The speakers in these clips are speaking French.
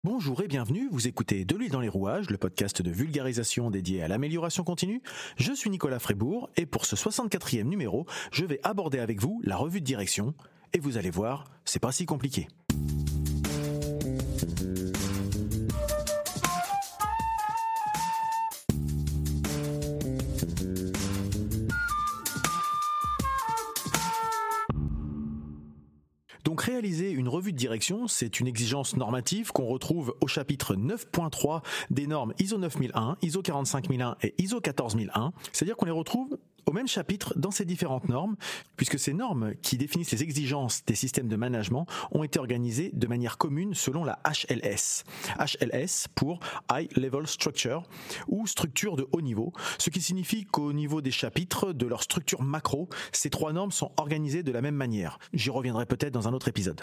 Bonjour et bienvenue, vous écoutez De l'huile dans les rouages, le podcast de vulgarisation dédié à l'amélioration continue. Je suis Nicolas Frébourg et pour ce 64e numéro, je vais aborder avec vous la revue de direction et vous allez voir, c'est pas si compliqué. Donc réaliser une revue de direction, c'est une exigence normative qu'on retrouve au chapitre 9.3 des normes ISO 9001, ISO 45001 et ISO 14001. C'est-à-dire qu'on les retrouve au même chapitre dans ces différentes normes, puisque ces normes qui définissent les exigences des systèmes de management ont été organisées de manière commune selon la HLS. HLS pour High Level Structure, ou structure de haut niveau, ce qui signifie qu'au niveau des chapitres, de leur structure macro, ces trois normes sont organisées de la même manière. J'y reviendrai peut-être dans un autre épisode.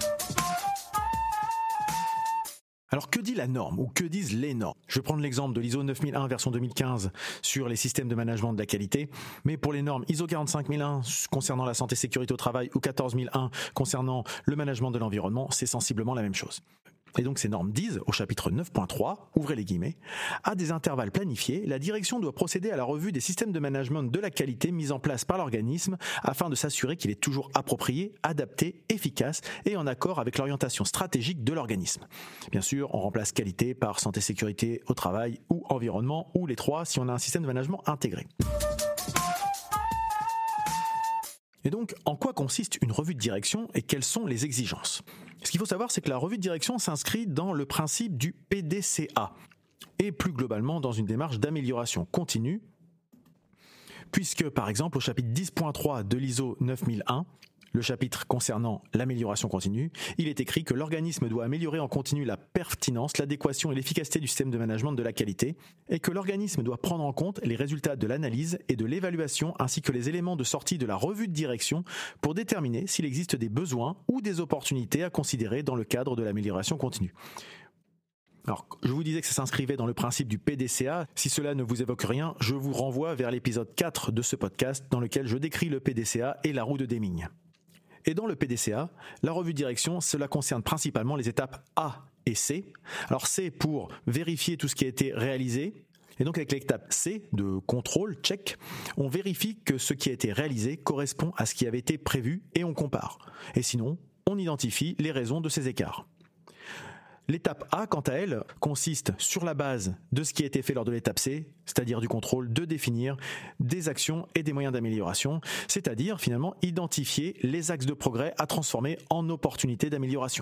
Alors que dit la norme ou que disent les normes ? Je vais prendre l'exemple de l'ISO 9001 version 2015 sur les systèmes de management de la qualité, mais pour les normes ISO 45001 concernant la santé et sécurité au travail ou 14001 concernant le management de l'environnement, c'est sensiblement la même chose. Et donc ces normes disent, au chapitre 9.3, ouvrez les guillemets, à des intervalles planifiés, la direction doit procéder à la revue des systèmes de management de la qualité mis en place par l'organisme afin de s'assurer qu'il est toujours approprié, adapté, efficace et en accord avec l'orientation stratégique de l'organisme. Bien sûr, on remplace qualité par santé, sécurité au travail ou environnement, ou les trois si on a un système de management intégré. Et donc, en quoi consiste une revue de direction et quelles sont les exigences ? Ce qu'il faut savoir, c'est que la revue de direction s'inscrit dans le principe du PDCA et plus globalement dans une démarche d'amélioration continue, puisque par exemple au chapitre 10.3 de l'ISO 9001, le chapitre concernant l'amélioration continue, il est écrit que l'organisme doit améliorer en continu la pertinence, l'adéquation et l'efficacité du système de management de la qualité et que l'organisme doit prendre en compte les résultats de l'analyse et de l'évaluation ainsi que les éléments de sortie de la revue de direction pour déterminer s'il existe des besoins ou des opportunités à considérer dans le cadre de l'amélioration continue. Alors, je vous disais que ça s'inscrivait dans le principe du PDCA. Si cela ne vous évoque rien, je vous renvoie vers l'épisode 4 de ce podcast dans lequel je décris le PDCA et la roue de Deming. Et dans le PDCA, la revue de direction, cela concerne principalement les étapes A et C. Alors C pour vérifier tout ce qui a été réalisé. Et donc avec l'étape C de contrôle, check, on vérifie que ce qui a été réalisé correspond à ce qui avait été prévu et on compare. Et sinon, on identifie les raisons de ces écarts. L'étape A, quant à elle, consiste sur la base de ce qui a été fait lors de l'étape C, c'est-à-dire du contrôle, de définir des actions et des moyens d'amélioration, c'est-à-dire finalement identifier les axes de progrès à transformer en opportunités d'amélioration.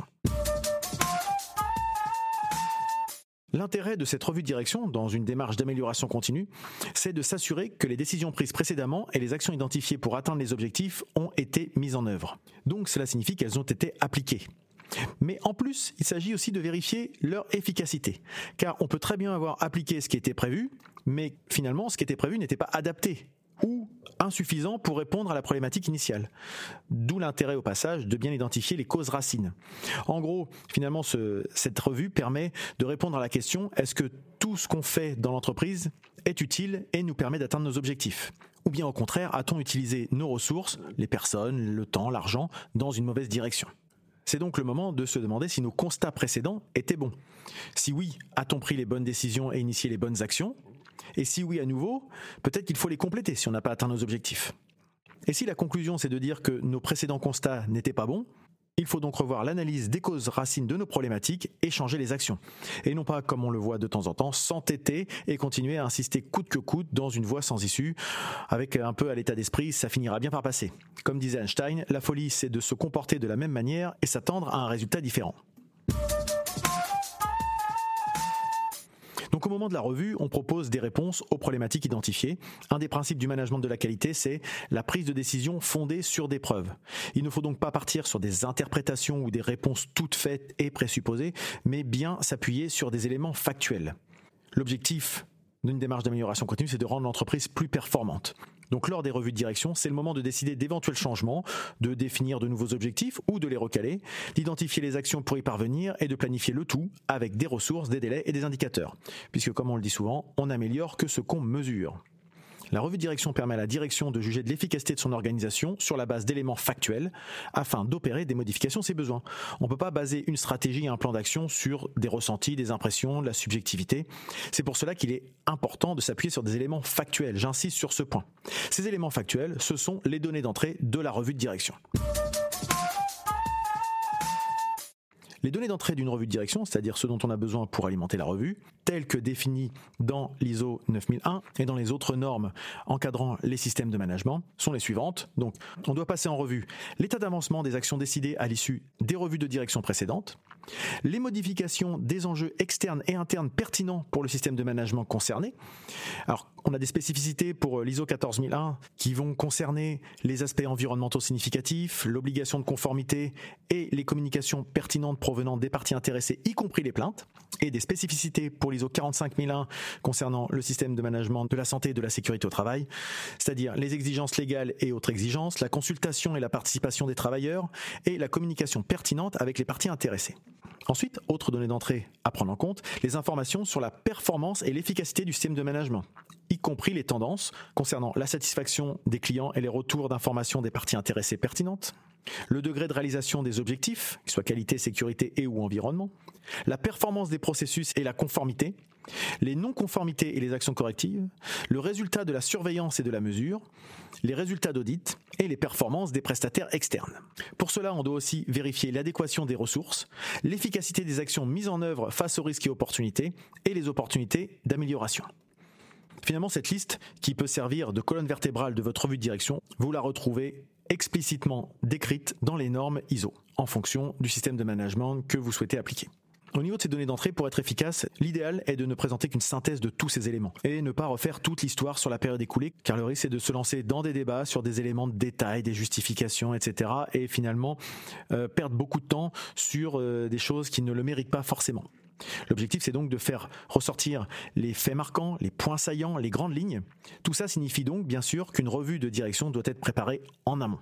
L'intérêt de cette revue de direction, dans une démarche d'amélioration continue, c'est de s'assurer que les décisions prises précédemment et les actions identifiées pour atteindre les objectifs ont été mises en œuvre. Donc cela signifie qu'elles ont été appliquées. Mais en plus, il s'agit aussi de vérifier leur efficacité. Car on peut très bien avoir appliqué ce qui était prévu, mais finalement, ce qui était prévu n'était pas adapté ou insuffisant pour répondre à la problématique initiale. D'où l'intérêt au passage de bien identifier les causes racines. En gros, finalement, cette revue permet de répondre à la question « Est-ce que tout ce qu'on fait dans l'entreprise est utile et nous permet d'atteindre nos objectifs ?» Ou bien au contraire, a-t-on utilisé nos ressources, les personnes, le temps, l'argent, dans une mauvaise direction ? C'est donc le moment de se demander si nos constats précédents étaient bons. Si oui, a-t-on pris les bonnes décisions et initié les bonnes actions ? Et si oui à nouveau, peut-être qu'il faut les compléter si on n'a pas atteint nos objectifs. Et si la conclusion c'est de dire que nos précédents constats n'étaient pas bons, il faut donc revoir l'analyse des causes racines de nos problématiques et changer les actions. Et non pas, comme on le voit de temps en temps, s'entêter et continuer à insister coûte que coûte dans une voie sans issue. Avec un peu à l'état d'esprit, ça finira bien par passer. Comme disait Einstein, la folie c'est de se comporter de la même manière et s'attendre à un résultat différent. Donc au moment de la revue, on propose des réponses aux problématiques identifiées. Un des principes du management de la qualité, c'est la prise de décision fondée sur des preuves. Il ne faut donc pas partir sur des interprétations ou des réponses toutes faites et présupposées, mais bien s'appuyer sur des éléments factuels. L'objectif d'une démarche d'amélioration continue, c'est de rendre l'entreprise plus performante. Donc lors des revues de direction, c'est le moment de décider d'éventuels changements, de définir de nouveaux objectifs ou de les recaler, d'identifier les actions pour y parvenir et de planifier le tout avec des ressources, des délais et des indicateurs. Puisque comme on le dit souvent, on n'améliore que ce qu'on mesure. La revue de direction permet à la direction de juger de l'efficacité de son organisation sur la base d'éléments factuels afin d'opérer des modifications si besoin. On ne peut pas baser une stratégie et un plan d'action sur des ressentis, des impressions, de la subjectivité. C'est pour cela qu'il est important de s'appuyer sur des éléments factuels. J'insiste sur ce point. Ces éléments factuels, ce sont les données d'entrée de la revue de direction. Les données d'entrée d'une revue de direction, c'est-à-dire ce dont on a besoin pour alimenter la revue, telles que définies dans l'ISO 9001 et dans les autres normes encadrant les systèmes de management, sont les suivantes. Donc, on doit passer en revue l'état d'avancement des actions décidées à l'issue des revues de direction précédentes, les modifications des enjeux externes et internes pertinents pour le système de management concerné. Alors, on a des spécificités pour l'ISO 14001 qui vont concerner les aspects environnementaux significatifs, l'obligation de conformité et les communications pertinentes provenant des parties intéressées, y compris les plaintes, et des spécificités pour l'ISO 45001 concernant le système de management de la santé et de la sécurité au travail, c'est-à-dire les exigences légales et autres exigences, la consultation et la participation des travailleurs et la communication pertinente avec les parties intéressées. Ensuite, autre donnée d'entrée à prendre en compte, les informations sur la performance et l'efficacité du système de management, y compris les tendances concernant la satisfaction des clients et les retours d'informations des parties intéressées pertinentes, le degré de réalisation des objectifs, qu'ils soient qualité, sécurité et ou environnement, la performance des processus et la conformité, les non-conformités et les actions correctives, le résultat de la surveillance et de la mesure, les résultats d'audit et les performances des prestataires externes. Pour cela, on doit aussi vérifier l'adéquation des ressources, l'efficacité des actions mises en œuvre face aux risques et opportunités et les opportunités d'amélioration. Finalement, cette liste, qui peut servir de colonne vertébrale de votre revue de direction, vous la retrouvez explicitement décrite dans les normes ISO, en fonction du système de management que vous souhaitez appliquer. Au niveau de ces données d'entrée, pour être efficace, l'idéal est de ne présenter qu'une synthèse de tous ces éléments et ne pas refaire toute l'histoire sur la période écoulée, car le risque est de se lancer dans des débats sur des éléments de détail, des justifications, etc. et finalement perdre beaucoup de temps sur des choses qui ne le méritent pas forcément. L'objectif, c'est donc de faire ressortir les faits marquants, les points saillants, les grandes lignes. Tout ça signifie donc, bien sûr, qu'une revue de direction doit être préparée en amont.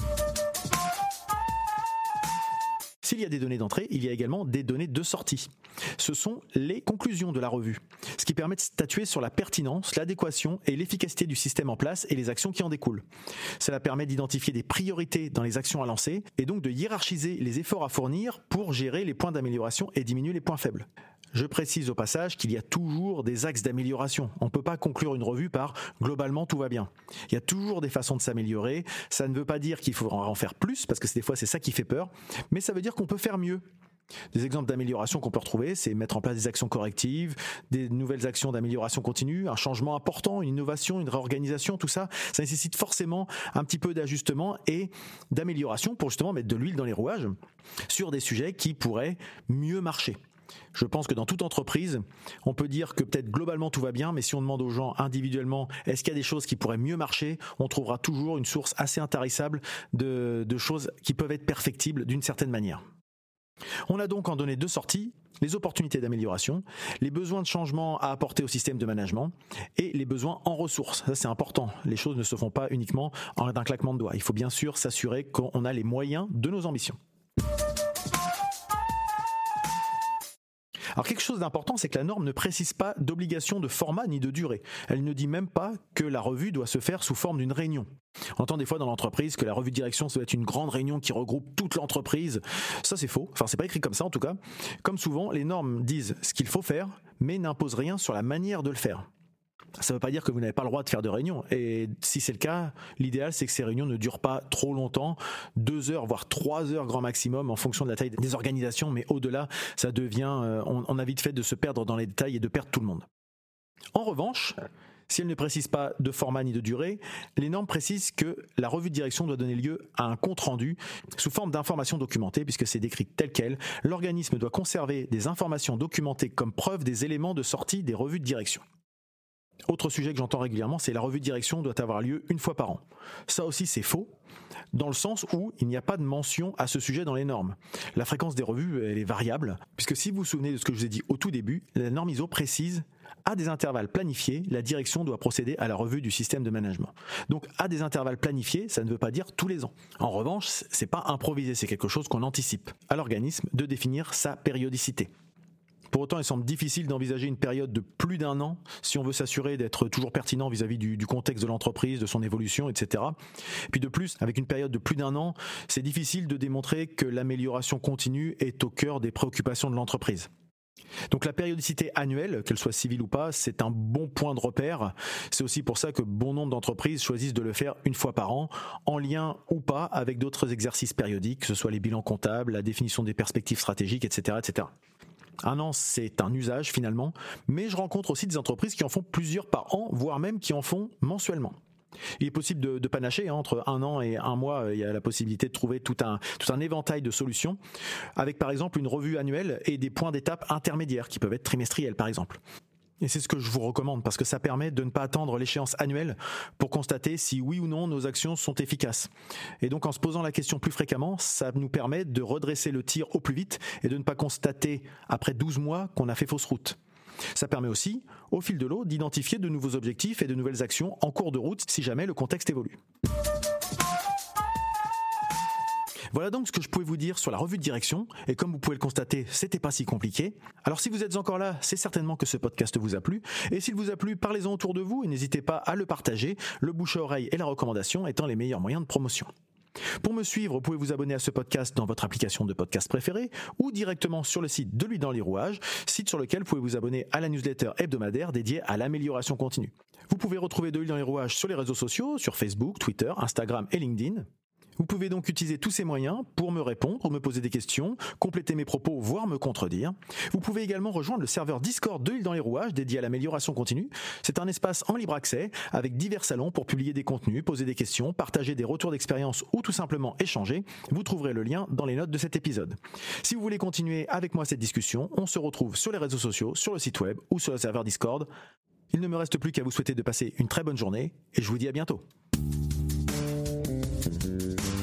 S'il y a des données d'entrée, il y a également des données de sortie. Ce sont les conclusions de la revue, ce qui permet de statuer sur la pertinence, l'adéquation et l'efficacité du système en place et les actions qui en découlent. Cela permet d'identifier des priorités dans les actions à lancer et donc de hiérarchiser les efforts à fournir pour gérer les points d'amélioration et diminuer les points faibles. Je précise au passage qu'il y a toujours des axes d'amélioration. On ne peut pas conclure une revue par « globalement tout va bien ». Il y a toujours des façons de s'améliorer. Ça ne veut pas dire qu'il faudra en faire plus, parce que des fois c'est ça qui fait peur, mais ça veut dire qu'on peut faire mieux. Des exemples d'amélioration qu'on peut retrouver, c'est mettre en place des actions correctives, des nouvelles actions d'amélioration continue, un changement important, une innovation, une réorganisation, tout ça, ça nécessite forcément un petit peu d'ajustement et d'amélioration pour justement mettre de l'huile dans les rouages sur des sujets qui pourraient mieux marcher. Je pense que dans toute entreprise, on peut dire que peut-être globalement tout va bien, mais si on demande aux gens individuellement est-ce qu'il y a des choses qui pourraient mieux marcher, on trouvera toujours une source assez intarissable de choses qui peuvent être perfectibles d'une certaine manière. On a donc en données de sortie les opportunités d'amélioration, les besoins de changement à apporter au système de management et les besoins en ressources. Ça, c'est important. Les choses ne se font pas uniquement d'un claquement de doigts. Il faut bien sûr s'assurer qu'on a les moyens de nos ambitions. Alors quelque chose d'important, c'est que la norme ne précise pas d'obligation de format ni de durée. Elle ne dit même pas que la revue doit se faire sous forme d'une réunion. On entend des fois dans l'entreprise que la revue de direction, ça doit être une grande réunion qui regroupe toute l'entreprise. Ça, c'est faux. Enfin, c'est pas écrit comme ça, en tout cas. Comme souvent, les normes disent ce qu'il faut faire, mais n'imposent rien sur la manière de le faire. Ça ne veut pas dire que vous n'avez pas le droit de faire de réunions. Et si c'est le cas, l'idéal, c'est que ces réunions ne durent pas trop longtemps, 2 heures, voire 3 heures grand maximum, en fonction de la taille des organisations. Mais au-delà, ça devient, on a vite fait de se perdre dans les détails et de perdre tout le monde. En revanche, si elles ne précisent pas de format ni de durée, les normes précisent que la revue de direction doit donner lieu à un compte-rendu sous forme d'informations documentées, puisque c'est décrit tel quel. L'organisme doit conserver des informations documentées comme preuve des éléments de sortie des revues de direction. Autre sujet que j'entends régulièrement, c'est la revue de direction doit avoir lieu 1 fois par an. Ça aussi, c'est faux, dans le sens où il n'y a pas de mention à ce sujet dans les normes. La fréquence des revues, elle est variable, puisque si vous vous souvenez de ce que je vous ai dit au tout début, la norme ISO précise à des intervalles planifiés, la direction doit procéder à la revue du système de management. Donc, à des intervalles planifiés, ça ne veut pas dire tous les ans. En revanche, c'est pas improvisé, c'est quelque chose qu'on anticipe à l'organisme de définir sa périodicité. Pour autant, il semble difficile d'envisager une période de plus d'1 an si on veut s'assurer d'être toujours pertinent vis-à-vis du contexte de l'entreprise, de son évolution, etc. Puis de plus, avec une période de plus d'1 an, c'est difficile de démontrer que l'amélioration continue est au cœur des préoccupations de l'entreprise. Donc la périodicité annuelle, qu'elle soit civile ou pas, c'est un bon point de repère. C'est aussi pour ça que bon nombre d'entreprises choisissent de le faire une fois par an, en lien ou pas avec d'autres exercices périodiques, que ce soit les bilans comptables, la définition des perspectives stratégiques, etc., etc. 1 an, c'est un usage finalement, mais je rencontre aussi des entreprises qui en font plusieurs par an, voire même qui en font mensuellement. Il est possible de panacher, entre 1 an et 1 mois, il y a la possibilité de trouver tout un éventail de solutions, avec par exemple une revue annuelle et des points d'étape intermédiaires qui peuvent être trimestriels par exemple. Et c'est ce que je vous recommande parce que ça permet de ne pas attendre l'échéance annuelle pour constater si oui ou non nos actions sont efficaces. Et donc en se posant la question plus fréquemment, ça nous permet de redresser le tir au plus vite et de ne pas constater après 12 mois qu'on a fait fausse route. Ça permet aussi, au fil de l'eau, d'identifier de nouveaux objectifs et de nouvelles actions en cours de route si jamais le contexte évolue. Voilà donc ce que je pouvais vous dire sur la revue de direction, et comme vous pouvez le constater, c'était pas si compliqué. Alors si vous êtes encore là, c'est certainement que ce podcast vous a plu, et s'il vous a plu, parlez-en autour de vous et n'hésitez pas à le partager, le bouche à oreille et la recommandation étant les meilleurs moyens de promotion. Pour me suivre, vous pouvez vous abonner à ce podcast dans votre application de podcast préférée ou directement sur le site de l'huile dans les rouages, site sur lequel vous pouvez vous abonner à la newsletter hebdomadaire dédiée à l'amélioration continue. Vous pouvez retrouver de l'huile dans les rouages sur les réseaux sociaux, sur Facebook, Twitter, Instagram et LinkedIn. Vous pouvez donc utiliser tous ces moyens pour me répondre, pour me poser des questions, compléter mes propos, voire me contredire. Vous pouvez également rejoindre le serveur Discord de l'huile dans les rouages dédié à l'amélioration continue. C'est un espace en libre accès avec divers salons pour publier des contenus, poser des questions, partager des retours d'expérience ou tout simplement échanger. Vous trouverez le lien dans les notes de cet épisode. Si vous voulez continuer avec moi cette discussion, on se retrouve sur les réseaux sociaux, sur le site web ou sur le serveur Discord. Il ne me reste plus qu'à vous souhaiter de passer une très bonne journée et je vous dis à bientôt.